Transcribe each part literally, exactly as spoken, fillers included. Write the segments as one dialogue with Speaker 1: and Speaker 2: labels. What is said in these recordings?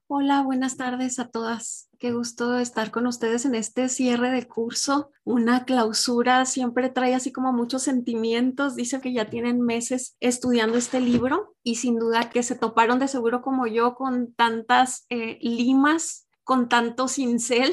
Speaker 1: Hola, buenas tardes a todas. Qué gusto estar con ustedes en este cierre de curso. Una clausura siempre trae así como muchos sentimientos. Dice que ya tienen meses estudiando este libro y sin duda que se toparon de seguro como yo con tantas eh, limas, con tanto cincel.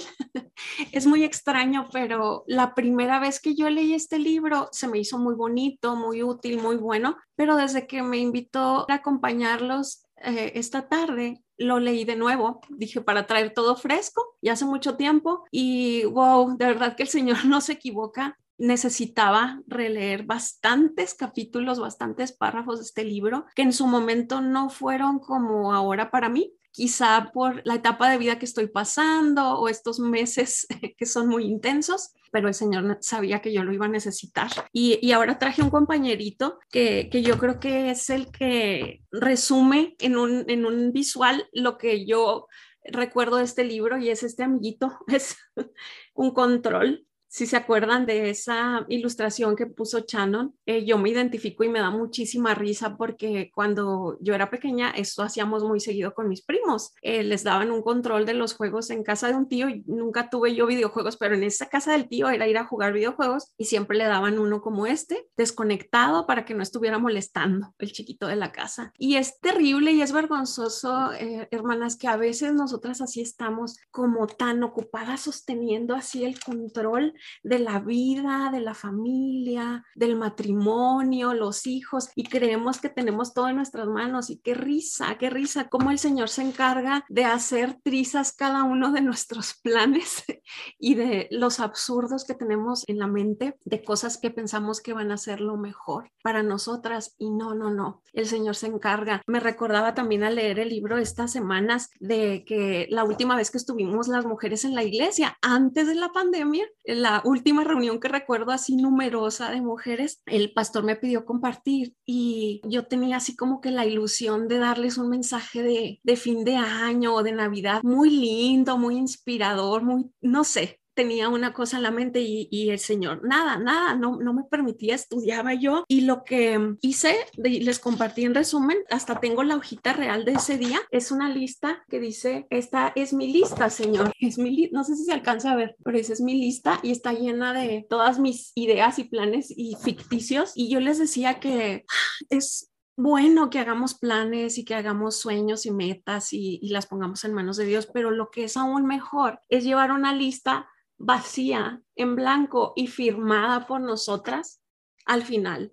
Speaker 1: Es muy extraño, pero la primera vez que yo leí este libro se me hizo muy bonito, muy útil, muy bueno, pero desde que me invitó a acompañarlos eh, esta tarde, lo leí de nuevo, dije para traer todo fresco, ya hace mucho tiempo y wow, de verdad que el señor no se equivoca. Necesitaba releer bastantes capítulos, bastantes párrafos de este libro que en su momento no fueron como ahora para mí, quizá por la etapa de vida que estoy pasando o estos meses que son muy intensos, pero el Señor sabía que yo lo iba a necesitar. Y, y ahora traje un compañerito que, que yo creo que es el que resume en un, en un visual lo que yo recuerdo de este libro y es este amiguito, es un control. Si se acuerdan de esa ilustración que puso Shannon, eh, yo me identifico y me da muchísima risa porque cuando yo era pequeña, esto hacíamos muy seguido con mis primos. Eh, les daban un control de los juegos en casa de un tío y nunca tuve yo videojuegos, pero en esa casa del tío era ir a jugar videojuegos y siempre le daban uno como este, desconectado para que no estuviera molestando el chiquito de la casa. Y es terrible y es vergonzoso, eh, hermanas, que a veces nosotras así estamos como tan ocupadas sosteniendo así el control de la vida, de la familia, del matrimonio, los hijos, y creemos que tenemos todo en nuestras manos. Y qué risa, qué risa, cómo el Señor se encarga de hacer trizas cada uno de nuestros planes y de los absurdos que tenemos en la mente, de cosas que pensamos que van a ser lo mejor para nosotras. Y no, no, no, el Señor se encarga. Me recordaba también al leer el libro estas semanas de que la última vez que estuvimos las mujeres en la iglesia, antes de la pandemia, la última reunión que recuerdo así numerosa de mujeres, el pastor me pidió compartir y yo tenía así como que la ilusión de darles un mensaje de, de fin de año o de Navidad muy lindo, muy inspirador, muy, no sé, tenía una cosa en la mente y, y el Señor, nada, nada, no, no me permitía, estudiaba yo y lo que hice, de, les compartí en resumen, hasta tengo la hojita real de ese día, es una lista que dice, esta es mi lista, Señor, es mi li no sé si se alcanza a ver, pero esa es mi lista y está llena de todas mis ideas y planes y ficticios y yo les decía que es bueno que hagamos planes y que hagamos sueños y metas y, y las pongamos en manos de Dios, pero lo que es aún mejor es llevar una lista vacía, en blanco y firmada por nosotras al final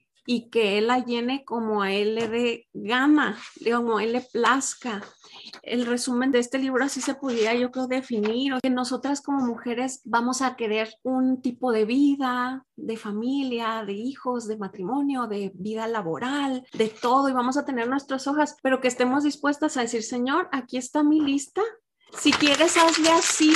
Speaker 1: y que Él la llene como a Él le dé gana, como a Él le plazca. El resumen de este libro así se pudiera yo creo definir, que nosotras como mujeres vamos a querer un tipo de vida, de familia, de hijos, de matrimonio, de vida laboral, de todo y vamos a tener nuestras hojas, pero que estemos dispuestas a decir, Señor, aquí está mi lista, si quieres hazle así,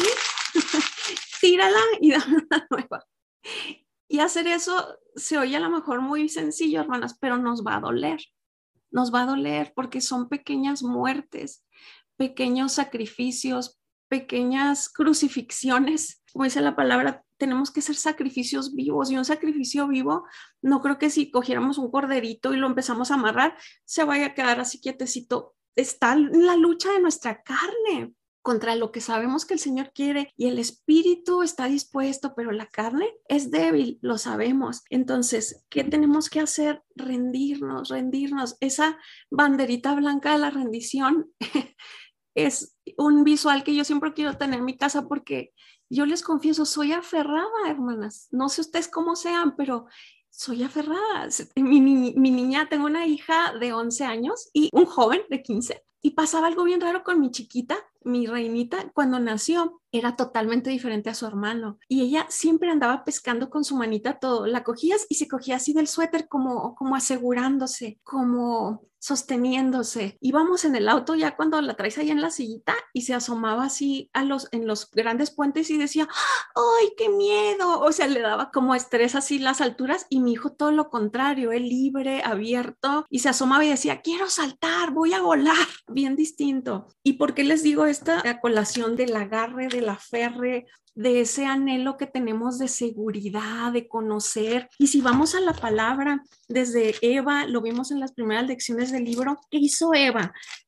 Speaker 1: tírala y dame una nueva. Y hacer eso se oye a lo mejor muy sencillo, hermanas, pero nos va a doler. Nos va a doler porque son pequeñas muertes, pequeños sacrificios, pequeñas crucifixiones. Como dice la palabra, tenemos que ser sacrificios vivos y un sacrificio vivo, no creo que si cogiéramos un corderito y lo empezamos a amarrar, se vaya a quedar así quietecito. Está en la lucha de nuestra carne contra lo que sabemos que el Señor quiere y el espíritu está dispuesto, pero la carne es débil, lo sabemos. Entonces, ¿qué tenemos que hacer? Rendirnos, rendirnos. Esa banderita blanca de la rendición es un visual que yo siempre quiero tener en mi casa porque yo les confieso, soy aferrada, hermanas. No sé ustedes cómo sean, pero soy aferrada. Mi, mi, mi niña, tengo una hija de once años y un joven de quince. Y pasaba algo bien raro con mi chiquita, mi reinita, cuando nació, era totalmente diferente a su hermano. Y ella siempre andaba pescando con su manita todo. La cogías y se cogía así del suéter como, como asegurándose, como sosteniéndose. Íbamos en el auto ya cuando la traes ahí en la sillita y se asomaba así a los, en los grandes puentes y decía, ¡ay, qué miedo! O sea, le daba como estrés así las alturas y mi hijo todo lo contrario, él libre, abierto y se asomaba y decía, quiero saltar, voy a volar. Bien distinto. ¿Y por qué les digo esta colación del agarre, del aferre, de ese anhelo que tenemos de seguridad, de conocer? Y si vamos a la palabra, desde Eva, lo vimos en las primeras lecciones del libro, ¿qué hizo Eva?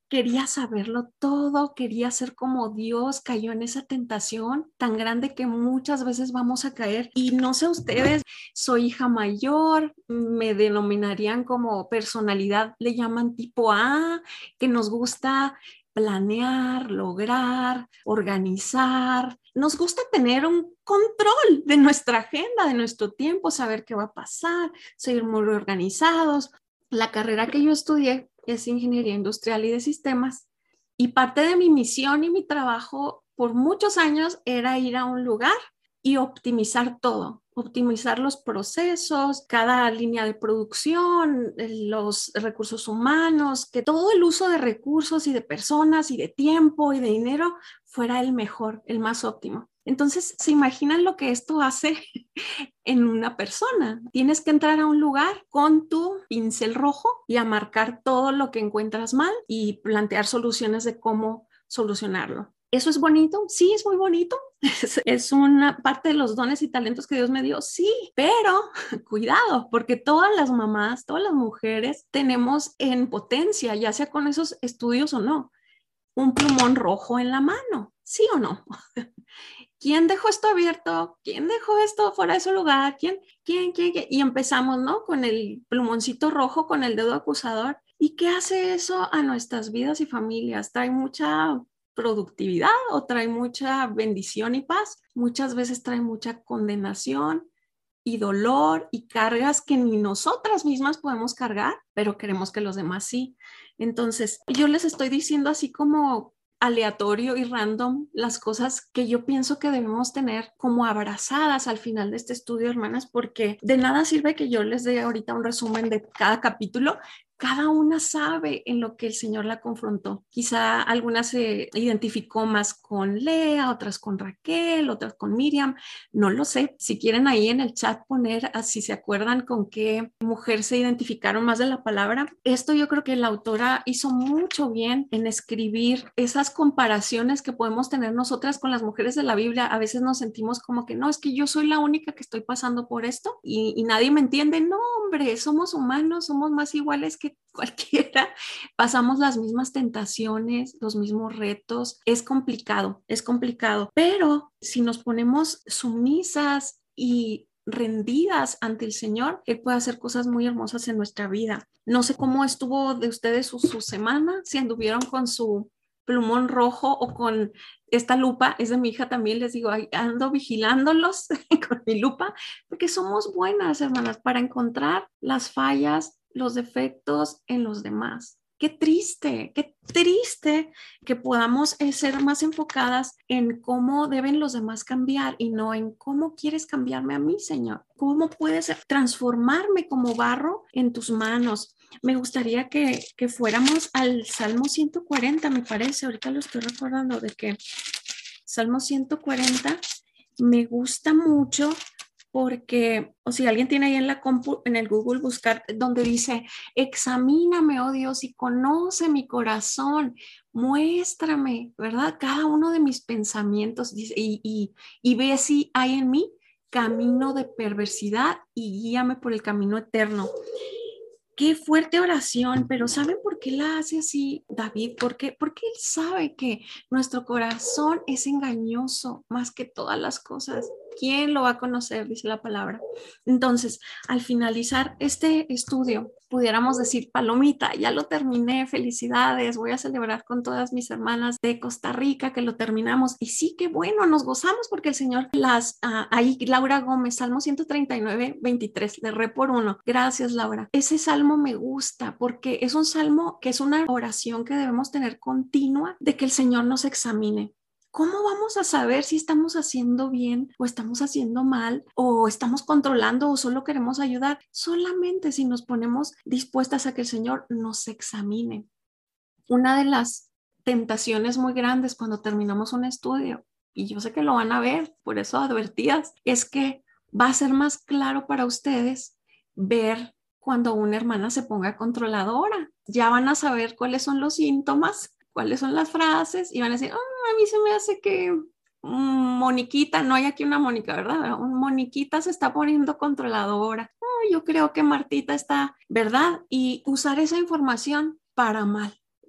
Speaker 1: quería saberlo todo, quería ser como Dios, cayó en esa tentación tan grande que muchas veces vamos a caer. Y no sé ustedes, soy hija mayor, me denominarían como personalidad, le llaman tipo A, que nos gusta planear, lograr, organizar. Nos gusta tener un control de nuestra agenda, de nuestro tiempo, saber qué va a pasar, ser muy organizados. La carrera que yo estudié es ingeniería industrial y de sistemas, y parte de mi misión y mi trabajo por muchos años era ir a un lugar y optimizar todo, optimizar los procesos, cada línea de producción, los recursos humanos, que todo el uso de recursos y de personas y de tiempo y de dinero fuera el mejor, el más óptimo. Entonces, ¿se imaginan lo que esto hace en una persona? Tienes que entrar a un lugar con tu pincel rojo y a marcar todo lo que encuentras mal y plantear soluciones de cómo solucionarlo. ¿Eso es bonito? Sí, es muy bonito. Es, es una parte de los dones y talentos que Dios me dio, sí, pero cuidado, porque todas las mamás, todas las mujeres tenemos en potencia, ya sea con esos estudios o no, un plumón rojo en la mano, ¿sí o no? ¿Quién dejó esto abierto? ¿Quién dejó esto fuera de su lugar? ¿Quién? ¿Quién? ¿Quién? ¿Quién? Y empezamos, ¿no? Con el plumoncito rojo, con el dedo acusador. ¿Y qué hace eso a nuestras vidas y familias? ¿Trae mucha productividad o trae mucha bendición y paz? Muchas veces trae mucha condenación y dolor y cargas que ni nosotras mismas podemos cargar, pero queremos que los demás sí. Entonces, yo les estoy diciendo así como aleatorio y random las cosas que yo pienso que debemos tener como abrazadas al final de este estudio, hermanas, porque de nada sirve que yo les dé ahorita un resumen de cada capítulo. Cada una sabe en lo que el Señor la confrontó. Quizá alguna se identificó más con Lea, otras con Raquel, otras con Miriam. No lo sé. Si quieren ahí en el chat poner, así se acuerdan con qué mujer se identificaron más de la palabra. Esto yo creo que la autora hizo mucho bien en escribir esas comparaciones que podemos tener nosotras con las mujeres de la Biblia. A veces nos sentimos como que no, es que yo soy la única que estoy pasando por esto y, y nadie me entiende. No, hombre, somos humanos, somos más iguales que cualquiera, pasamos las mismas tentaciones, los mismos retos, es complicado, es complicado, pero si nos ponemos sumisas y rendidas ante el Señor, Él puede hacer cosas muy hermosas en nuestra vida. No sé cómo estuvo de ustedes su, su semana, si anduvieron con su plumón rojo o con esta lupa, es de mi hija también, les digo, ando vigilándolos con mi lupa, porque somos buenas, hermanas, para encontrar las fallas, los defectos en los demás. Qué triste, qué triste que podamos ser más enfocadas en cómo deben los demás cambiar y no en cómo quieres cambiarme a mí, Señor. ¿Cómo puedes transformarme como barro en tus manos? Me gustaría que, que fuéramos al Salmo ciento cuarenta, me parece, ahorita lo estoy recordando de que Salmo ciento cuarenta me gusta mucho porque, o si alguien tiene ahí en la compu, en el Google buscar donde dice, examíname, oh Dios, y conoce mi corazón, muéstrame, ¿verdad? Cada uno de mis pensamientos dice, y, y, y ve si hay en mí camino de perversidad y guíame por el camino eterno. Qué fuerte oración, pero ¿saben por qué la hace así David? ¿Por qué? Porque él sabe que nuestro corazón es engañoso más que todas las cosas. ¿Quién lo va a conocer? Dice la palabra. Entonces, al finalizar este estudio, pudiéramos decir, palomita, ya lo terminé, felicidades, voy a celebrar con todas mis hermanas de Costa Rica que lo terminamos. Y sí, qué bueno, nos gozamos porque el Señor las, uh, ahí Laura Gómez, Salmo ciento treinta y nueve, veintitrés, le re por uno. Gracias, Laura. Ese salmo me gusta porque es un salmo que es una oración que debemos tener continua de que el Señor nos examine. ¿Cómo vamos a saber si estamos haciendo bien o estamos haciendo mal o estamos controlando o solo queremos ayudar? Solamente si nos ponemos dispuestas a que el Señor nos examine. Una de las tentaciones muy grandes cuando terminamos un estudio, y yo sé que lo van a ver, por eso advertidas, es que va a ser más claro para ustedes ver cuando una hermana se ponga controladora. Ya van a saber cuáles son los síntomas, cuáles son las frases y van a decir, oh, a mí se me hace que um, Moniquita, no hay aquí una Mónica, ¿verdad? Un Moniquita se está poniendo controladora. Oh, yo creo que Martita está, ¿verdad? Y usar esa información para mal.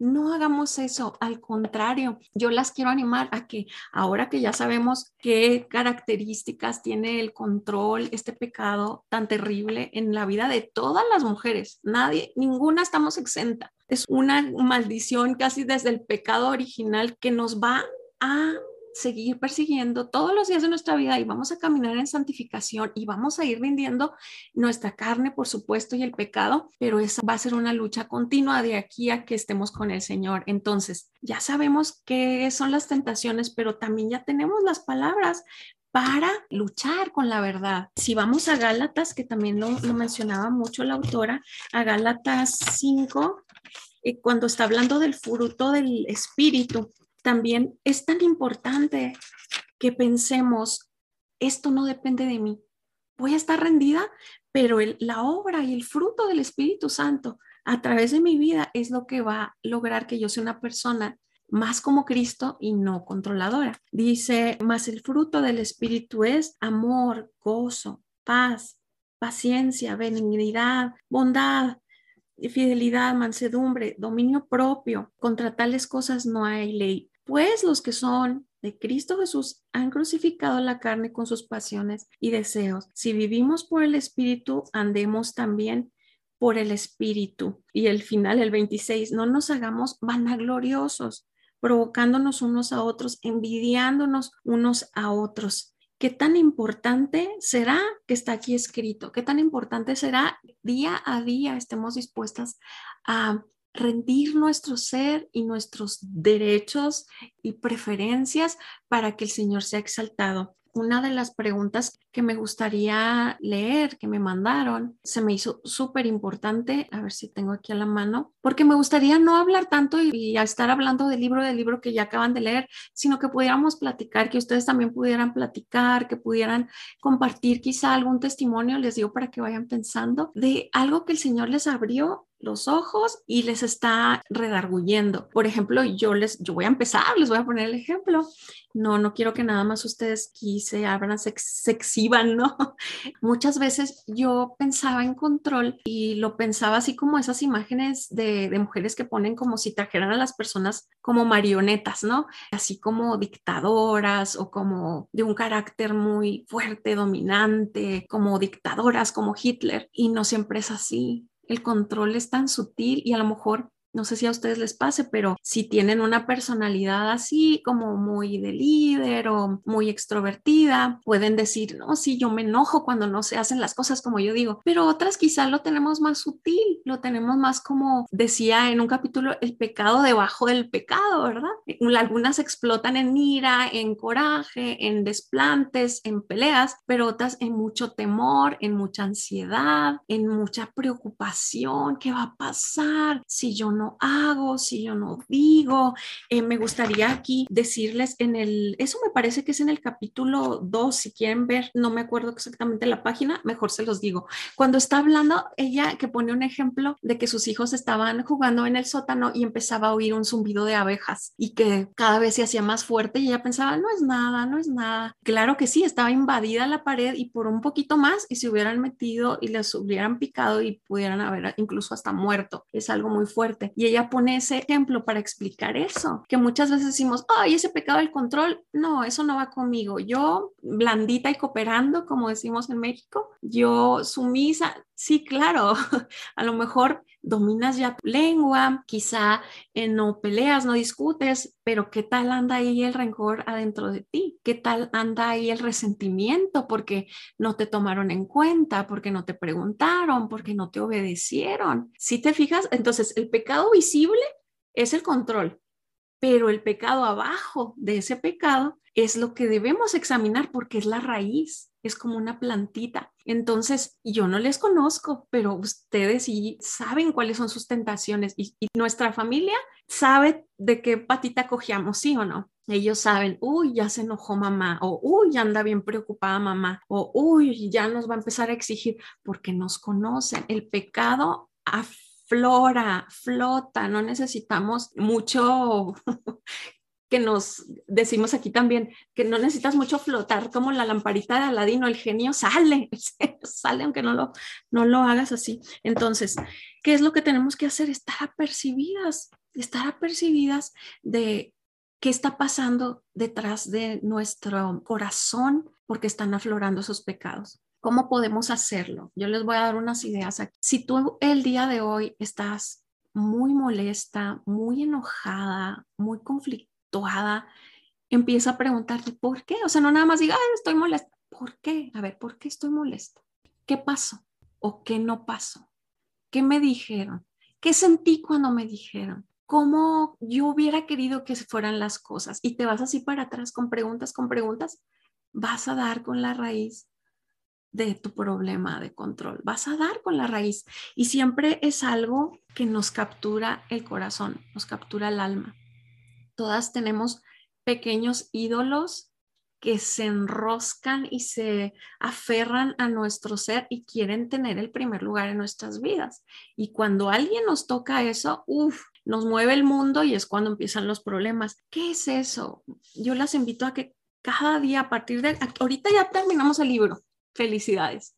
Speaker 1: No hagamos eso, al contrario, yo las quiero animar a que ahora que ya sabemos qué características tiene el control, este pecado tan terrible en la vida de todas las mujeres, nadie, ninguna estamos exenta. Es una maldición casi desde el pecado original que nos va a seguir persiguiendo todos los días de nuestra vida y vamos a caminar en santificación y vamos a ir rindiendo nuestra carne, por supuesto, y el pecado, pero esa va a ser una lucha continua de aquí a que estemos con el Señor. Entonces, ya sabemos qué son las tentaciones, pero también ya tenemos las palabras para luchar con la verdad. Si vamos a Gálatas, que también lo, lo mencionaba mucho la autora, a Gálatas cinco, eh, cuando está hablando del fruto del Espíritu, también es tan importante que pensemos, esto no depende de mí. Voy a estar rendida, pero el, la obra y el fruto del Espíritu Santo a través de mi vida es lo que va a lograr que yo sea una persona más como Cristo y no controladora. Dice, más el fruto del Espíritu es amor, gozo, paz, paciencia, benignidad, bondad, fidelidad, mansedumbre, dominio propio. Contra tales cosas no hay ley. Pues los que son de Cristo Jesús han crucificado la carne con sus pasiones y deseos. Si vivimos por el Espíritu, andemos también por el Espíritu. Y el final, el veintiséis, no nos hagamos vanagloriosos, provocándonos unos a otros, envidiándonos unos a otros. ¿Qué tan importante será que está aquí escrito? ¿Qué tan importante será día a día estemos dispuestas a rendir nuestro ser y nuestros derechos y preferencias para que el Señor sea exaltado? Una de las preguntas que me gustaría leer, que me mandaron, se me hizo súper importante, a ver si tengo aquí a la mano, porque me gustaría no hablar tanto y, y estar hablando del libro, del libro que ya acaban de leer, sino que pudiéramos platicar, que ustedes también pudieran platicar, que pudieran compartir quizá algún testimonio, les digo para que vayan pensando, de algo que el Señor les abrió los ojos y les está redarguyendo. Por ejemplo, yo les, yo voy a empezar, les voy a poner el ejemplo. No, no quiero que nada más ustedes aquí se abran, se, se exhiban, ¿no? Muchas veces yo pensaba en control y lo pensaba así como esas imágenes de, de mujeres que ponen como si trajeran a las personas como marionetas, ¿no? Así como dictadoras o como de un carácter muy fuerte, dominante, como dictadoras, como Hitler. Y no siempre es así. El control es tan sutil y a lo mejor, no sé si a ustedes les pase, pero si tienen una personalidad así como muy de líder o muy extrovertida, pueden decir, no, sí, yo me enojo cuando no se hacen las cosas como yo digo, pero otras quizás lo tenemos más sutil, lo tenemos más como decía en un capítulo, el pecado debajo del pecado, ¿verdad? Algunas explotan en ira, en coraje, en desplantes, en peleas, pero otras en mucho temor, en mucha ansiedad, en mucha preocupación. ¿Qué va a pasar si yo no hago, si yo no digo? Eh, me gustaría aquí decirles en el, eso me parece que es en el capítulo dos, si quieren ver, no me acuerdo exactamente la página, mejor se los digo. Cuando está hablando ella, que pone un ejemplo de que sus hijos estaban jugando en el sótano y empezaba a oír un zumbido de abejas y que cada vez se hacía más fuerte y ella pensaba, no es nada, no es nada. Claro que sí, estaba invadida la pared y por un poquito más y se hubieran metido y les hubieran picado y pudieran haber incluso hasta muerto. Es algo muy fuerte. Y ella pone ese ejemplo para explicar eso, que muchas veces decimos, ay, ese pecado del control, no, eso no va conmigo. Yo, blandita y cooperando, como decimos en México, yo sumisa, sí, claro, a lo mejor dominas ya tu lengua, quizá eh, no peleas, no discutes, pero ¿qué tal anda ahí el rencor adentro de ti? ¿Qué tal anda ahí el resentimiento porque no te tomaron en cuenta, porque no te preguntaron, porque no te obedecieron? ¿Sí te fijas? Entonces, el pecado visible es el control, pero el pecado abajo de ese pecado es lo que debemos examinar porque es la raíz, es como una plantita. Entonces, yo no les conozco, pero ustedes sí saben cuáles son sus tentaciones y, y nuestra familia sabe de qué patita cojeamos, ¿sí o no? Ellos saben, uy, ya se enojó mamá, o uy, ya anda bien preocupada mamá, o uy, ya nos va a empezar a exigir, porque nos conocen. El pecado aflora, flota, no necesitamos mucho que nos decimos aquí también, que no necesitas mucho flotar como la lamparita de Aladino, el genio sale, sale aunque no lo, no lo hagas así. Entonces, ¿qué es lo que tenemos que hacer? Estar apercibidas estar apercibidas de qué está pasando detrás de nuestro corazón porque están aflorando esos pecados. ¿Cómo podemos hacerlo? Yo les voy a dar unas ideas aquí. Si tú el día de hoy estás muy molesta, muy enojada, muy conflictuada, empieza a preguntarte por qué. O sea, no nada más diga, "Ay, estoy molesta". ¿Por qué? A ver, ¿por qué estoy molesta? ¿Qué pasó? ¿O qué no pasó? ¿Qué me dijeron? ¿Qué sentí cuando me dijeron? ¿Cómo yo hubiera querido que fueran las cosas? Y te vas así para atrás con preguntas, con preguntas, vas a dar con la raíz de tu problema de control. Vas a dar con la raíz. Y siempre es algo que nos captura el corazón, nos captura el alma. Todas tenemos pequeños ídolos que se enroscan y se aferran a nuestro ser y quieren tener el primer lugar en nuestras vidas. Y cuando alguien nos toca eso, uff, nos mueve el mundo y es cuando empiezan los problemas. ¿Qué es eso? Yo las invito a que cada día a partir de... Ahorita ya terminamos el libro. Felicidades.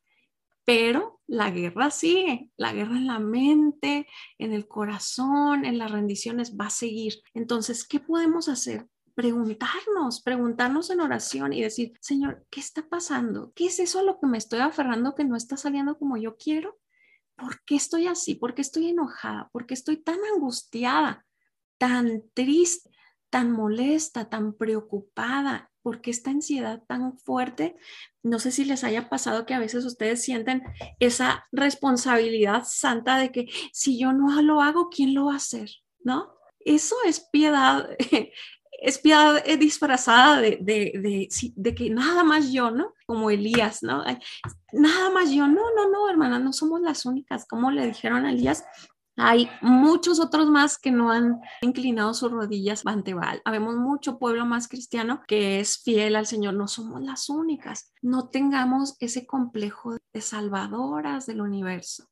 Speaker 1: Pero la guerra sigue, la guerra en la mente, en el corazón, en las rendiciones va a seguir. Entonces, ¿qué podemos hacer? Preguntarnos, preguntarnos en oración y decir, Señor, ¿qué está pasando? ¿Qué es eso a lo que me estoy aferrando que no está saliendo como yo quiero? ¿Por qué estoy así? ¿Por qué estoy enojada? ¿Por qué estoy tan angustiada, tan triste, tan molesta, tan preocupada? ¿Por qué esta ansiedad tan fuerte? No sé si les haya pasado que a veces ustedes sienten esa responsabilidad santa de que si yo no lo hago, ¿quién lo va a hacer? ¿No? Eso es piedad, es piedad disfrazada de, de, de, de que nada más yo, ¿no? Como Elías, ¿no? Nada más yo, no, no, no, hermana, no somos las únicas. Como le dijeron a Elías, hay muchos otros más que no han inclinado sus rodillas ante Baal. Habemos mucho pueblo más cristiano que es fiel al Señor. No somos las únicas. No tengamos ese complejo de salvadoras del universo.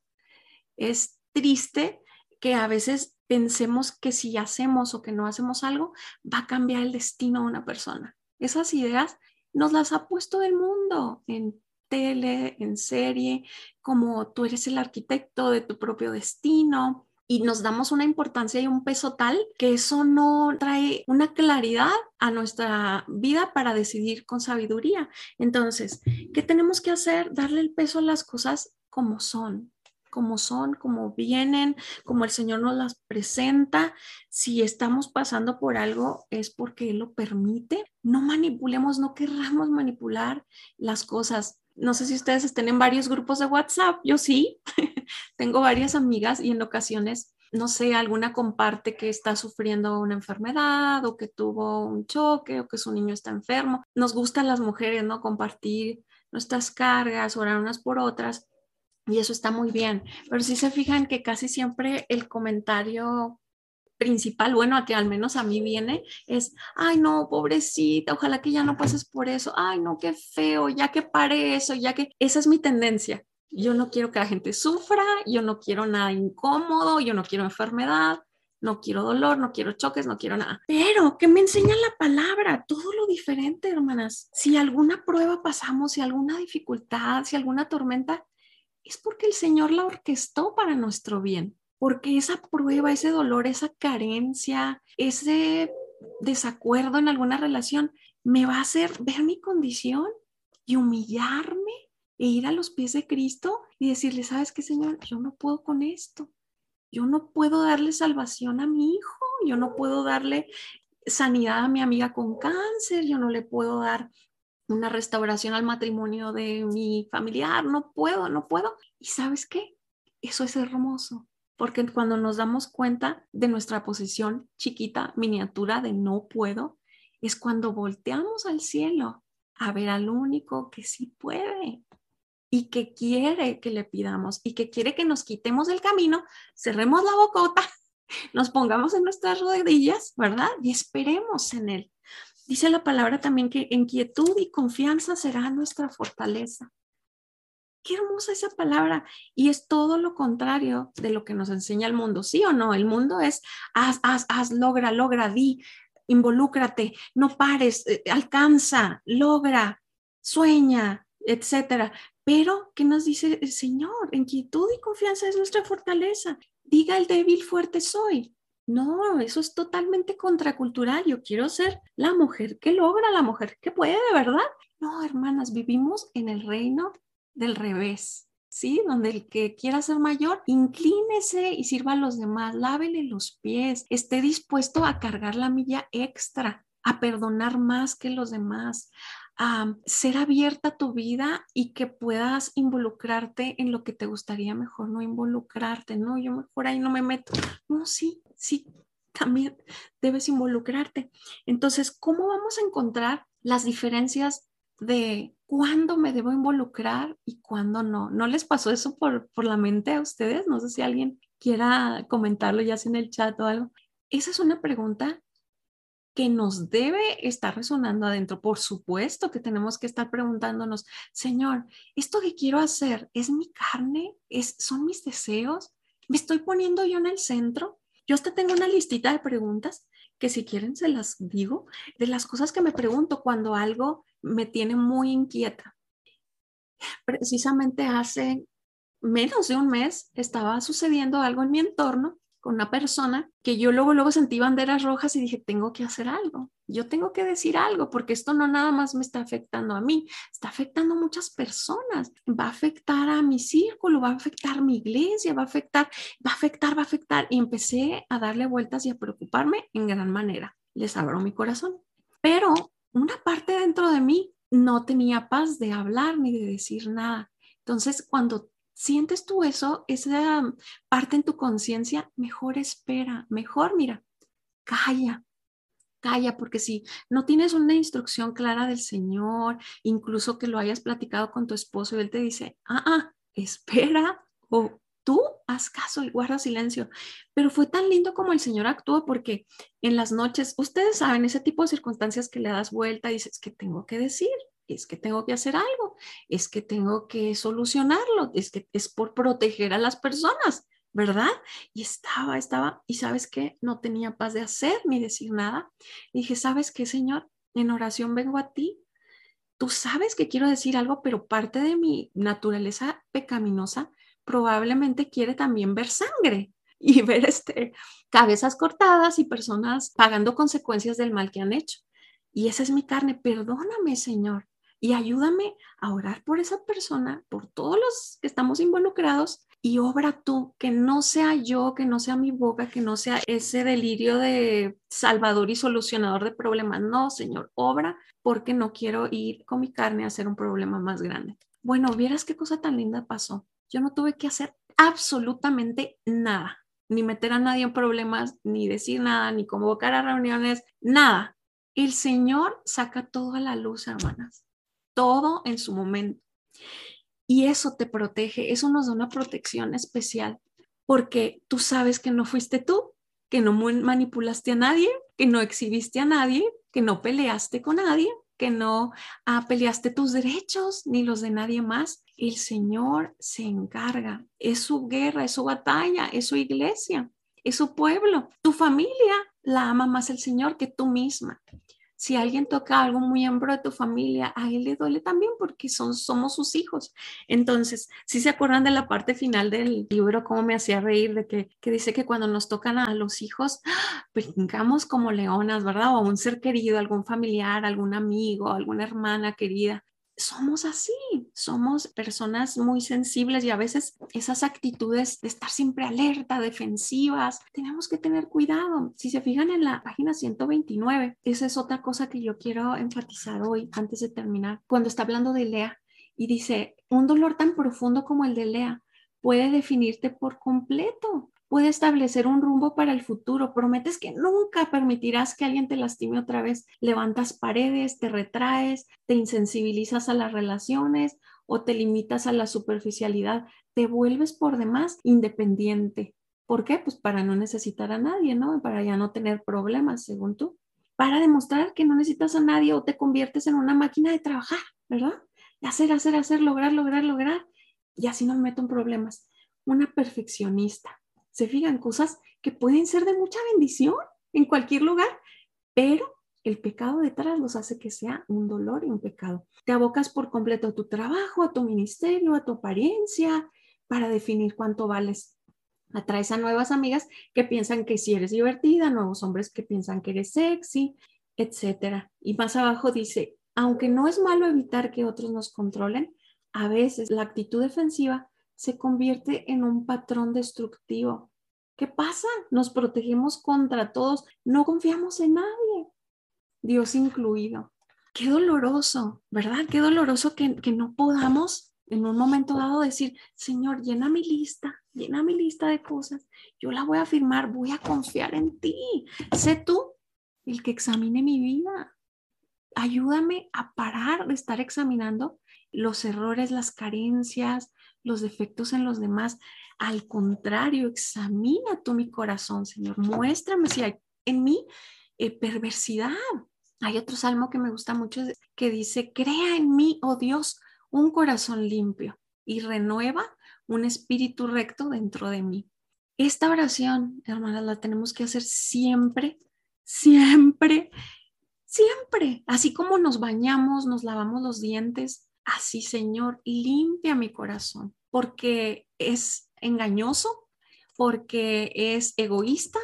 Speaker 1: Es triste que a veces pensemos que si hacemos o que no hacemos algo, va a cambiar el destino de una persona. Esas ideas nos las ha puesto el mundo en tele, en serie, como tú eres el arquitecto de tu propio destino, y nos damos una importancia y un peso tal que eso no trae una claridad a nuestra vida para decidir con sabiduría. Entonces, ¿qué tenemos que hacer? Darle el peso a las cosas como son, como son, como vienen, como el Señor nos las presenta. Si estamos pasando por algo es porque Él lo permite. No manipulemos, no querramos manipular las cosas. No sé si ustedes estén en varios grupos de WhatsApp, yo sí, tengo varias amigas y en ocasiones, no sé, alguna comparte que está sufriendo una enfermedad o que tuvo un choque o que su niño está enfermo. Nos gustan las mujeres, ¿no? Compartir nuestras cargas, orar unas por otras. Y eso está muy bien, pero sí se fijan que casi siempre el comentario principal, bueno, a que al menos a mí viene, es, ay no, pobrecita, ojalá que ya no pases por eso, ay no, qué feo, ya que pare eso, ya que esa es mi tendencia. Yo no quiero que la gente sufra, yo no quiero nada incómodo, yo no quiero enfermedad, no quiero dolor, no quiero choques, no quiero nada. Pero, ¿qué me enseña la palabra? Todo lo diferente, hermanas. Si alguna prueba pasamos, si alguna dificultad, si alguna tormenta, es porque el Señor la orquestó para nuestro bien, porque esa prueba, ese dolor, esa carencia, ese desacuerdo en alguna relación me va a hacer ver mi condición y humillarme e ir a los pies de Cristo y decirle, ¿sabes qué, Señor? Yo no puedo con esto. Yo no puedo darle salvación a mi hijo, yo no puedo darle sanidad a mi amiga con cáncer, yo no le puedo dar una restauración al matrimonio de mi familiar, no puedo, no puedo. ¿Y sabes qué? Eso es hermoso, porque cuando nos damos cuenta de nuestra posición chiquita, miniatura de no puedo, es cuando volteamos al cielo a ver al único que sí puede y que quiere que le pidamos y que quiere que nos quitemos del camino, cerremos la bocota, nos pongamos en nuestras rodillas, ¿verdad? Y esperemos en Él. Dice la palabra también que en quietud y confianza será nuestra fortaleza. Qué hermosa esa palabra. Y es todo lo contrario de lo que nos enseña el mundo, ¿sí o no? El mundo es haz, haz, haz, logra, logra, di, involúcrate, no pares, eh, alcanza, logra, sueña, etcétera. Pero, ¿qué nos dice el Señor? En quietud y confianza es nuestra fortaleza. Diga el débil, fuerte soy. No, eso es totalmente contracultural. Yo quiero ser la mujer que logra, la mujer que puede de verdad. No, hermanas, vivimos en el reino del revés, ¿sí? Donde el que quiera ser mayor, inclínese y sirva a los demás, lávele los pies, esté dispuesto a cargar la milla extra, a perdonar más que los demás, a ser abierta a tu vida y que puedas involucrarte en lo que te gustaría mejor no involucrarte. No, yo mejor ahí no me meto. No, sí, sí, también debes involucrarte. Entonces, ¿cómo vamos a encontrar las diferencias de cuándo me debo involucrar y cuándo no? ¿No les pasó eso por, por la mente a ustedes? No sé si alguien quiera comentarlo ya sea en el chat o algo. Esa es una pregunta que nos debe estar resonando adentro. Por supuesto que tenemos que estar preguntándonos, Señor, ¿esto que quiero hacer es mi carne? ¿Es, ¿Son mis deseos? ¿Me estoy poniendo yo en el centro? Yo hasta tengo una listita de preguntas que si quieren se las digo, de las cosas que me pregunto cuando algo me tiene muy inquieta. Precisamente hace menos de un mes estaba sucediendo algo en mi entorno con una persona que yo luego, luego sentí banderas rojas y dije, tengo que hacer algo, yo tengo que decir algo, porque esto no nada más me está afectando a mí, está afectando a muchas personas, va a afectar a mi círculo, va a afectar a mi iglesia, va a afectar, va a afectar, va a afectar. Y empecé a darle vueltas y a preocuparme en gran manera. Les abro mi corazón. Pero una parte dentro de mí no tenía paz de hablar ni de decir nada. Entonces, cuando sientes tú eso, esa parte en tu conciencia, mejor espera, mejor mira, calla, calla, porque si no tienes una instrucción clara del Señor, incluso que lo hayas platicado con tu esposo y él te dice, ah, ah, espera, o tú haz caso y guarda silencio. Pero fue tan lindo como el Señor actuó, porque en las noches, ustedes saben, ese tipo de circunstancias que le das vuelta y dices, que tengo que decir, es que tengo que hacer algo, es que tengo que solucionarlo, es que es por proteger a las personas, ¿verdad? Y estaba, estaba, y sabes qué, no tenía paz de hacer ni decir nada. Y dije, ¿sabes qué, Señor? En oración vengo a ti. Tú sabes que quiero decir algo, pero parte de mi naturaleza pecaminosa probablemente quiere también ver sangre y ver este, cabezas cortadas y personas pagando consecuencias del mal que han hecho. Y esa es mi carne. Perdóname, Señor, y ayúdame a orar por esa persona, por todos los que estamos involucrados, y obra tú, que no sea yo, que no sea mi boca, que no sea ese delirio de salvador y solucionador de problemas. No, Señor, obra, porque no quiero ir con mi carne a hacer un problema más grande. Bueno, vieras qué cosa tan linda pasó. Yo no tuve que hacer absolutamente nada, ni meter a nadie en problemas, ni decir nada, ni convocar a reuniones, nada. El Señor saca todo a la luz, hermanas, todo en su momento. Y eso te protege, eso nos da una protección especial, porque tú sabes que no fuiste tú, que no manipulaste a nadie, que no exhibiste a nadie, que no peleaste con nadie, que no ah, peleaste tus derechos ni los de nadie más. El Señor se encarga, es su guerra, es su batalla, es su iglesia, es su pueblo. Tu familia la ama más el Señor que tú misma. Si alguien toca algo muy en pro de tu familia, a él le duele también porque son, somos sus hijos. Entonces, si se acuerdan de la parte final del libro, cómo me hacía reír, de que, que dice que cuando nos tocan a los hijos, brincamos como leonas, ¿verdad? O a un ser querido, algún familiar, algún amigo, alguna hermana querida. Somos así, somos personas muy sensibles y a veces esas actitudes de estar siempre alerta, defensivas, tenemos que tener cuidado. Si se fijan en la página ciento veintinueve, esa es otra cosa que yo quiero enfatizar hoy antes de terminar, cuando está hablando de Lea y dice, un dolor tan profundo como el de Lea puede definirte por completo. Puede establecer un rumbo para el futuro. Prometes que nunca permitirás que alguien te lastime otra vez. Levantas paredes, te retraes, te insensibilizas a las relaciones o te limitas a la superficialidad. Te vuelves por demás independiente. ¿Por qué? Pues para no necesitar a nadie, ¿no? Para ya no tener problemas, según tú. Para demostrar que no necesitas a nadie o te conviertes en una máquina de trabajar, ¿verdad? Hacer, hacer, hacer, lograr, lograr, lograr. Y así no me meto en problemas. Una perfeccionista. Se fijan, cosas que pueden ser de mucha bendición en cualquier lugar, pero el pecado detrás los hace que sea un dolor y un pecado. Te abocas por completo a tu trabajo, a tu ministerio, a tu apariencia, para definir cuánto vales. Atraes a nuevas amigas que piensan que sí eres divertida, nuevos hombres que piensan que eres sexy, etcétera. Y más abajo dice, aunque no es malo evitar que otros nos controlen, a veces la actitud defensiva se convierte en un patrón destructivo. ¿Qué pasa? Nos protegemos contra todos, no confiamos en nadie, Dios incluido. Qué doloroso, ¿verdad? Qué doloroso que, que no podamos en un momento dado decir, Señor, llena mi lista, llena mi lista de cosas, yo la voy a firmar, voy a confiar en ti. Sé tú el que examine mi vida. Ayúdame a parar de estar examinando los errores, las carencias, los defectos en los demás. Al contrario, examina tú mi corazón, Señor. Muéstrame si hay en mí eh, perversidad. Hay otro salmo que me gusta mucho que dice, crea en mí, oh Dios, un corazón limpio y renueva un espíritu recto dentro de mí. Esta oración, hermanas, la tenemos que hacer siempre, siempre, siempre. Así como nos bañamos, nos lavamos los dientes, así, Señor, limpia mi corazón, porque es engañoso, porque es egoísta,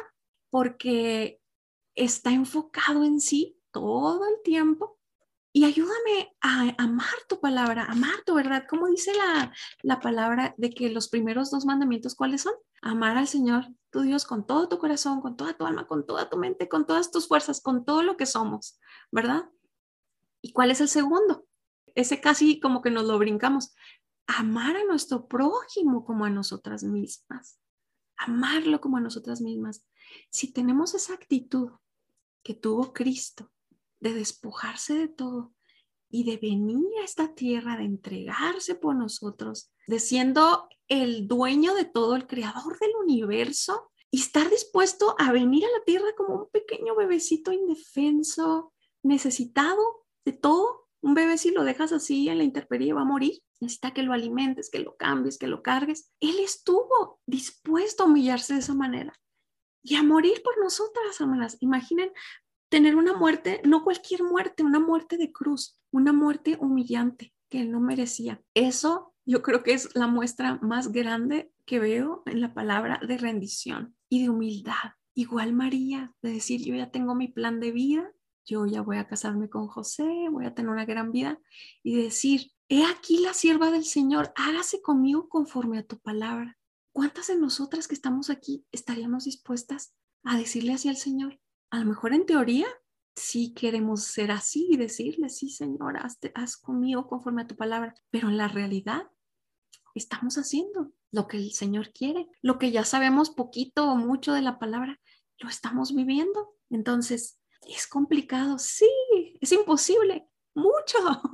Speaker 1: porque está enfocado en sí todo el tiempo. Y ayúdame a amar tu palabra, amar tu verdad. ¿Cómo dice la, la palabra de que los primeros dos mandamientos, cuáles son? Amar al Señor, tu Dios, con todo tu corazón, con toda tu alma, con toda tu mente, con todas tus fuerzas, con todo lo que somos, ¿verdad? ¿Y cuál es el segundo? Ese casi como que nos lo brincamos. Amar a nuestro prójimo como a nosotras mismas. Amarlo como a nosotras mismas. Si tenemos esa actitud que tuvo Cristo, de despojarse de todo y de venir a esta tierra, de entregarse por nosotros, de siendo el dueño de todo, el creador del universo, y estar dispuesto a venir a la tierra como un pequeño bebecito indefenso, necesitado de todo. Un bebé, si lo dejas así en la intemperie, va a morir. Necesita que lo alimentes, que lo cambies, que lo cargues. Él estuvo dispuesto a humillarse de esa manera y a morir por nosotras, hermanas. Imaginen tener una muerte, no cualquier muerte, una muerte de cruz, una muerte humillante que él no merecía. Eso yo creo que es la muestra más grande que veo en la palabra de rendición y de humildad. Igual María, de decir, yo ya tengo mi plan de vida, yo ya voy a casarme con José, voy a tener una gran vida, y decir, he aquí la sierva del Señor, hágase conmigo conforme a tu palabra. ¿Cuántas de nosotras que estamos aquí estaríamos dispuestas a decirle así al Señor? A lo mejor en teoría sí queremos ser así y decirle, sí, Señor, haz, haz conmigo conforme a tu palabra, pero en la realidad estamos haciendo lo que el Señor quiere, lo que ya sabemos poquito o mucho de la palabra, lo estamos viviendo. Entonces, es complicado, sí, es imposible, mucho,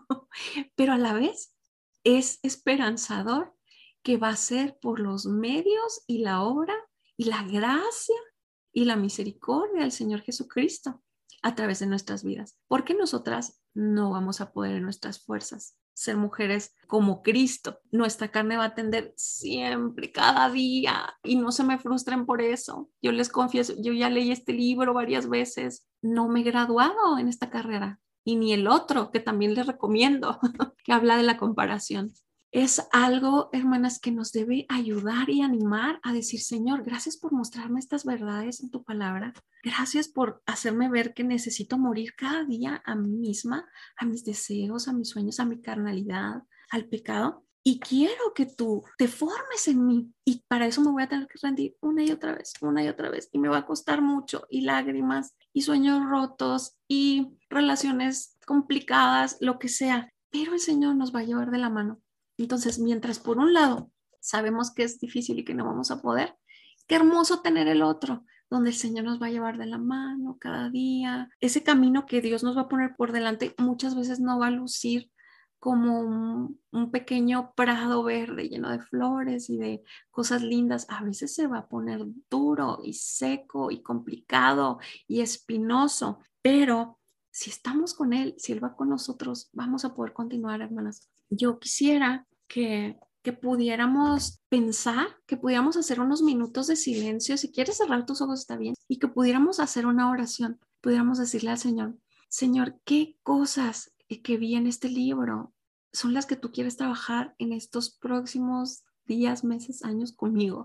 Speaker 1: pero a la vez es esperanzador que va a ser por los medios y la obra y la gracia y la misericordia del Señor Jesucristo a través de nuestras vidas, porque nosotras no vamos a poder en nuestras fuerzas ser mujeres como Cristo. Nuestra carne va a tender siempre, cada día, y no se me frustren por eso. Yo les confieso, yo ya leí este libro varias veces, no me he graduado en esta carrera, y ni el otro, que también les recomiendo, que habla de la comparación. Es algo, hermanas, que nos debe ayudar y animar a decir, Señor, gracias por mostrarme estas verdades en tu palabra. Gracias por hacerme ver que necesito morir cada día a mí misma, a mis deseos, a mis sueños, a mi carnalidad, al pecado. Y quiero que tú te formes en mí. Y para eso me voy a tener que rendir una y otra vez, una y otra vez. Y me va a costar mucho. Y lágrimas, y sueños rotos, y relaciones complicadas, lo que sea. Pero el Señor nos va a llevar de la mano. Entonces, mientras por un lado sabemos que es difícil y que no vamos a poder, qué hermoso tener el otro, donde el Señor nos va a llevar de la mano cada día. Ese camino que Dios nos va a poner por delante muchas veces no va a lucir como un, un pequeño prado verde lleno de flores y de cosas lindas. A veces se va a poner duro y seco y complicado y espinoso, pero si estamos con Él, si Él va con nosotros, vamos a poder continuar, hermanas. Yo quisiera que, que pudiéramos pensar, que pudiéramos hacer unos minutos de silencio. Si quieres cerrar tus ojos está bien, y que pudiéramos hacer una oración, pudiéramos decirle al Señor, Señor, ¿qué cosas que vi en este libro son las que tú quieres trabajar en estos próximos días, meses, años conmigo?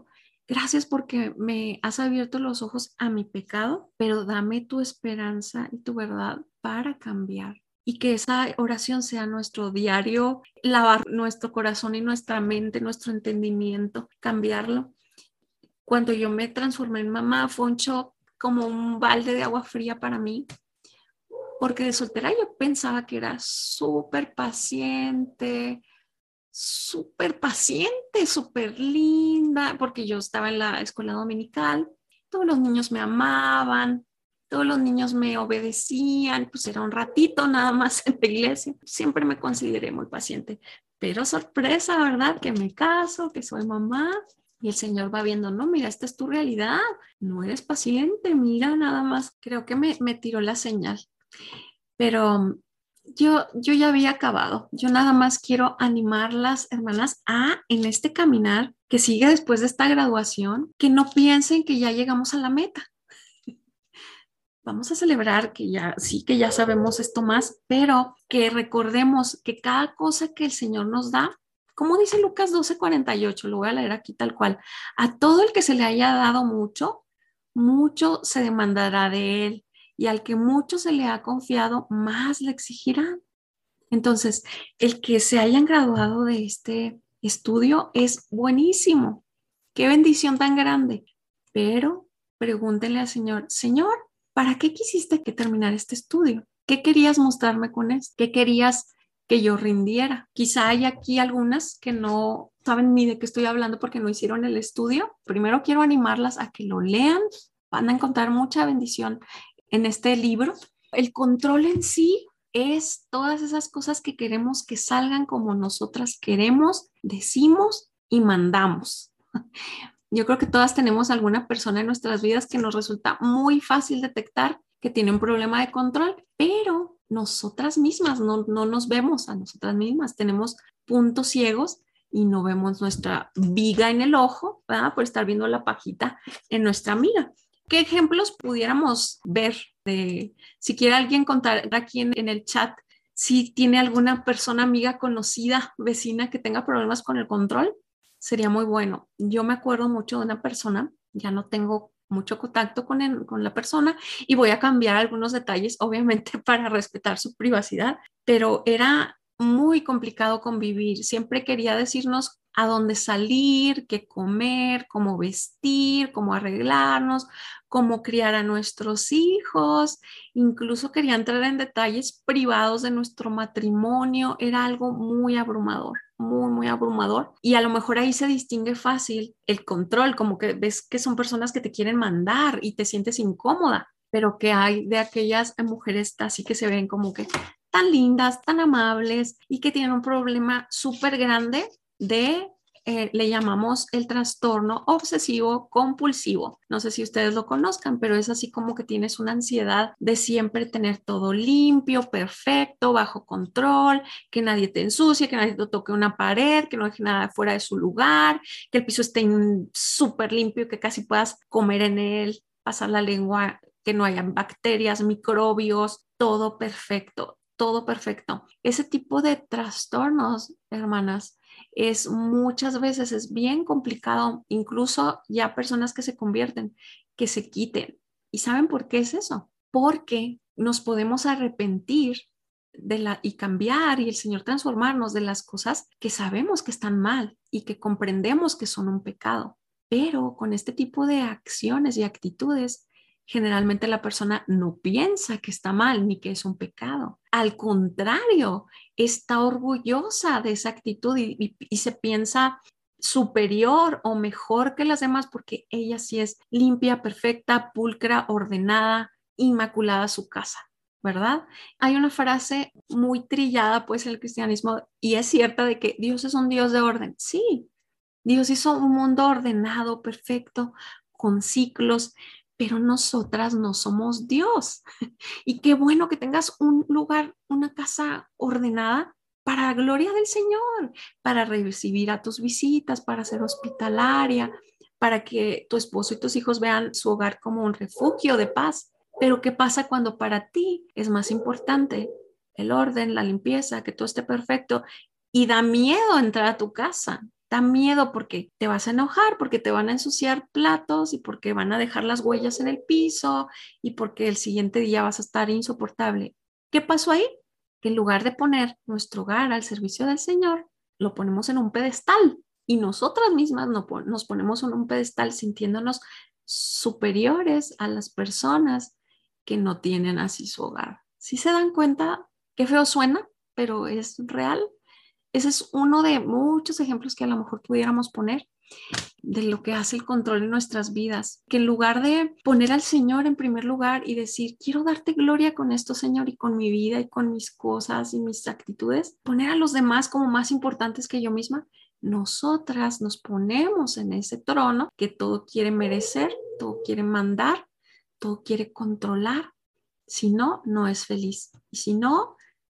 Speaker 1: Gracias porque me has abierto los ojos a mi pecado, pero dame tu esperanza y tu verdad para cambiar. Y que esa oración sea nuestro diario, lavar nuestro corazón y nuestra mente, nuestro entendimiento, cambiarlo. Cuando yo me transformé en mamá fue un shock, como un balde de agua fría para mí, porque de soltera yo pensaba que era súper paciente, súper paciente, súper linda, porque yo estaba en la escuela dominical, todos los niños me amaban, todos los niños me obedecían, pues era un ratito nada más en la iglesia, siempre me consideré muy paciente, pero sorpresa, ¿verdad? Que me caso, que soy mamá. Y el Señor va viendo, no, mira, esta es tu realidad, no eres paciente, mira nada más. Creo que me, me tiró la señal, pero yo, yo ya había acabado. Yo nada más quiero animarlas, hermanas, a en este caminar que sigue después de esta graduación, que no piensen que ya llegamos a la meta. Vamos a celebrar que ya, sí, que ya sabemos esto más, pero que recordemos que cada cosa que el Señor nos da, como dice Lucas doce cuarenta y ocho, lo voy a leer aquí tal cual, a todo el que se le haya dado mucho, mucho se demandará de él, y al que mucho se le ha confiado, más le exigirán. Entonces, el que se hayan graduado de este estudio es buenísimo. Qué bendición tan grande. Pero pregúntenle al Señor, Señor, ¿para qué quisiste que terminara este estudio? ¿Qué querías mostrarme con esto? ¿Qué querías que yo rindiera? Quizá hay aquí algunas que no saben ni de qué estoy hablando porque no hicieron el estudio. Primero quiero animarlas a que lo lean. Van a encontrar mucha bendición en este libro. El control en sí es todas esas cosas que queremos que salgan como nosotras queremos, decimos y mandamos. Yo creo que todas tenemos alguna persona en nuestras vidas que nos resulta muy fácil detectar que tiene un problema de control, pero nosotras mismas no, no nos vemos a nosotras mismas, tenemos puntos ciegos y no vemos nuestra viga en el ojo, ¿verdad? Por estar viendo la pajita en nuestra mira. ¿Qué ejemplos pudiéramos ver de, si quiere alguien contar aquí en, en el chat, si tiene alguna persona amiga conocida, vecina que tenga problemas con el control? Sería muy bueno. Yo me acuerdo mucho de una persona, ya no tengo mucho contacto con, el, con la persona y voy a cambiar algunos detalles, obviamente para respetar su privacidad, pero era muy complicado convivir. Siempre quería decirnos a dónde salir, qué comer, cómo vestir, cómo arreglarnos, cómo criar a nuestros hijos. Incluso quería entrar en detalles privados de nuestro matrimonio. Era algo muy abrumador, muy, muy abrumador. Y a lo mejor ahí se distingue fácil el control, como que ves que son personas que te quieren mandar y te sientes incómoda, pero que hay de aquellas mujeres así que se ven como que tan lindas, tan amables y que tienen un problema súper grande de, eh, le llamamos el trastorno obsesivo compulsivo. No sé si ustedes lo conozcan, pero es así como que tienes una ansiedad de siempre tener todo limpio, perfecto, bajo control, que nadie te ensucie, que nadie te toque una pared, que no deje nada fuera de su lugar, que el piso esté súper limpio, que casi puedas comer en él, pasar la lengua, que no hayan bacterias, microbios, todo perfecto, todo perfecto. Ese tipo de trastornos, hermanas, es muchas veces es bien complicado, incluso ya personas que se convierten, que se quiten. ¿Y saben por qué es eso? Porque nos podemos arrepentir de la, y cambiar y el Señor transformarnos de las cosas que sabemos que están mal y que comprendemos que son un pecado. Pero con este tipo de acciones y actitudes, generalmente la persona no piensa que está mal ni que es un pecado. Al contrario, está orgullosa de esa actitud y, y, y se piensa superior o mejor que las demás porque ella sí es limpia, perfecta, pulcra, ordenada, inmaculada su casa, ¿verdad? Hay una frase muy trillada pues en el cristianismo y es cierta de que Dios es un Dios de orden. Sí, Dios hizo un mundo ordenado, perfecto, con ciclos, pero nosotras no somos Dios. Y qué bueno que tengas un lugar, una casa ordenada para la gloria del Señor, para recibir a tus visitas, para ser hospitalaria, para que tu esposo y tus hijos vean su hogar como un refugio de paz. Pero ¿qué pasa cuando para ti es más importante el orden, la limpieza, que todo esté perfecto y da miedo entrar a tu casa? Da miedo porque te vas a enojar, porque te van a ensuciar platos y porque van a dejar las huellas en el piso y porque el siguiente día vas a estar insoportable. ¿Qué pasó ahí? Que en lugar de poner nuestro hogar al servicio del Señor, lo ponemos en un pedestal y nosotras mismas nos ponemos en un pedestal sintiéndonos superiores a las personas que no tienen así su hogar. ¿Sí se dan cuenta? Qué feo suena, pero es real. Ese es uno de muchos ejemplos que a lo mejor pudiéramos poner de lo que hace el control en nuestras vidas, que en lugar de poner al Señor en primer lugar y decir, quiero darte gloria con esto, Señor, y con mi vida y con mis cosas y mis actitudes, poner a los demás como más importantes que yo misma, nosotras nos ponemos en ese trono que todo quiere merecer, todo quiere mandar, todo quiere controlar. Si no, no es feliz. Y si no,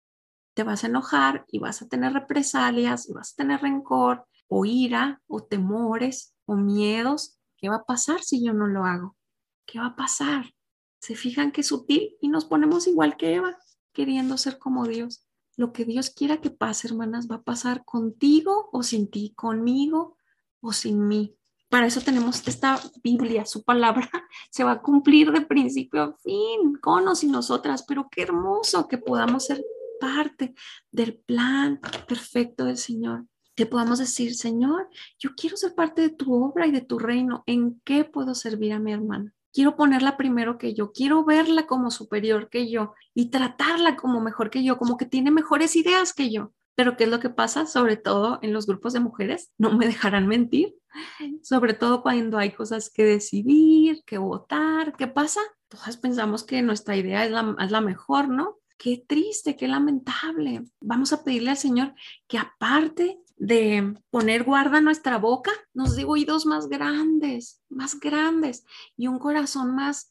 Speaker 1: te vas a enojar y vas a tener represalias y vas a tener rencor o ira o temores o miedos. ¿Qué va a pasar si yo no lo hago? ¿Qué va a pasar? ¿Se fijan qué sutil? Y nos ponemos igual que Eva, queriendo ser como Dios. Lo que Dios quiera que pase, hermanas, va a pasar contigo o sin ti, conmigo o sin mí. Para eso tenemos esta Biblia, su palabra se va a cumplir de principio a fin, con o sin nosotras, pero qué hermoso que podamos ser parte del plan perfecto del Señor. Que podamos decir, Señor, yo quiero ser parte de tu obra y de tu reino. ¿En qué puedo servir a mi hermana? Quiero ponerla primero que yo, quiero verla como superior que yo y tratarla como mejor que yo, como que tiene mejores ideas que yo. Pero ¿qué es lo que pasa? Sobre todo en los grupos de mujeres, no me dejarán mentir, sobre todo cuando hay cosas que decidir, que votar. ¿Qué pasa? Todas pensamos que nuestra idea es la, es la mejor, ¿no? Qué triste, qué lamentable. Vamos a pedirle al Señor que aparte de poner guarda a nuestra boca, nos dé oídos más grandes, más grandes y un corazón más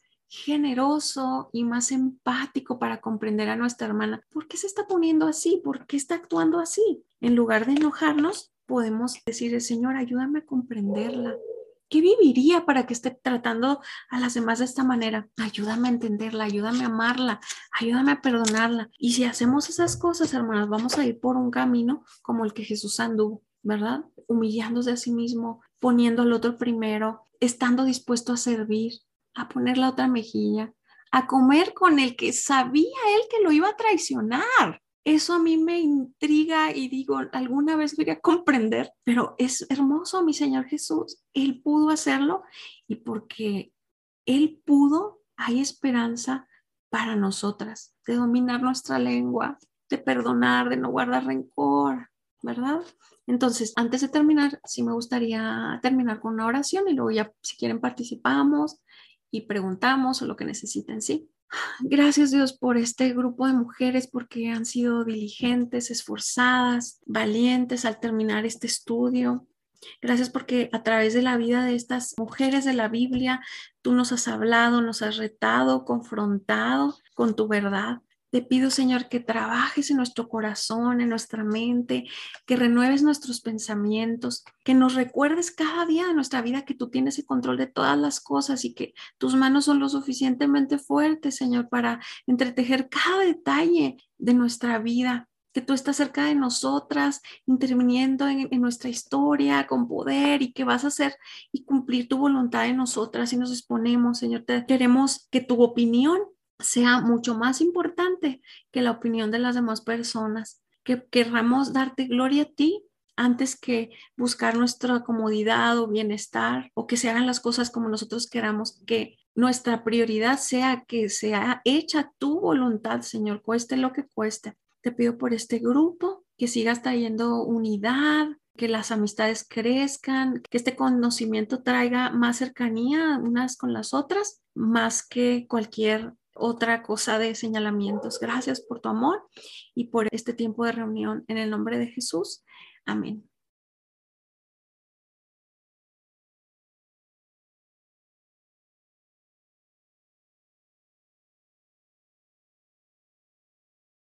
Speaker 1: generoso y más empático para comprender a nuestra hermana. ¿Por qué se está poniendo así? ¿Por qué está actuando así? En lugar de enojarnos, podemos decirle, Señor, ayúdame a comprenderla. ¿Qué viviría para que esté tratando a las demás de esta manera? Ayúdame a entenderla, ayúdame a amarla, ayúdame a perdonarla. Y si hacemos esas cosas, hermanas, vamos a ir por un camino como el que Jesús anduvo, ¿verdad? Humillándose a sí mismo, poniendo al otro primero, estando dispuesto a servir, a poner la otra mejilla, a comer con el que sabía él que lo iba a traicionar. Eso a mí me intriga y digo, alguna vez voy a comprender, pero es hermoso, mi Señor Jesús. Él pudo hacerlo y porque Él pudo, hay esperanza para nosotras, de dominar nuestra lengua, de perdonar, de no guardar rencor, ¿verdad? Entonces, antes de terminar, sí me gustaría terminar con una oración y luego ya, si quieren, participamos y preguntamos o lo que necesiten, ¿sí? Gracias Dios por este grupo de mujeres porque han sido diligentes, esforzadas, valientes al terminar este estudio. Gracias porque a través de la vida de estas mujeres de la Biblia, tú nos has hablado, nos has retado, confrontado con tu verdad. Te pido, Señor, que trabajes en nuestro corazón, en nuestra mente, que renueves nuestros pensamientos, que nos recuerdes cada día de nuestra vida que tú tienes el control de todas las cosas y que tus manos son lo suficientemente fuertes, Señor, para entretejer cada detalle de nuestra vida, que tú estás cerca de nosotras, interviniendo en, en nuestra historia con poder y que vas a hacer y cumplir tu voluntad en nosotras y nos exponemos, Señor. Te queremos que tu opinión sea mucho más importante que la opinión de las demás personas, que querramos darte gloria a ti antes que buscar nuestra comodidad o bienestar o que se hagan las cosas como nosotros queramos, que nuestra prioridad sea que sea hecha tu voluntad, Señor, cueste lo que cueste. Te pido por este grupo que sigas trayendo unidad, que las amistades crezcan, que este conocimiento traiga más cercanía unas con las otras, más que cualquier otra cosa de señalamientos. Gracias por tu amor y por este tiempo de reunión. En el nombre de Jesús. Amén.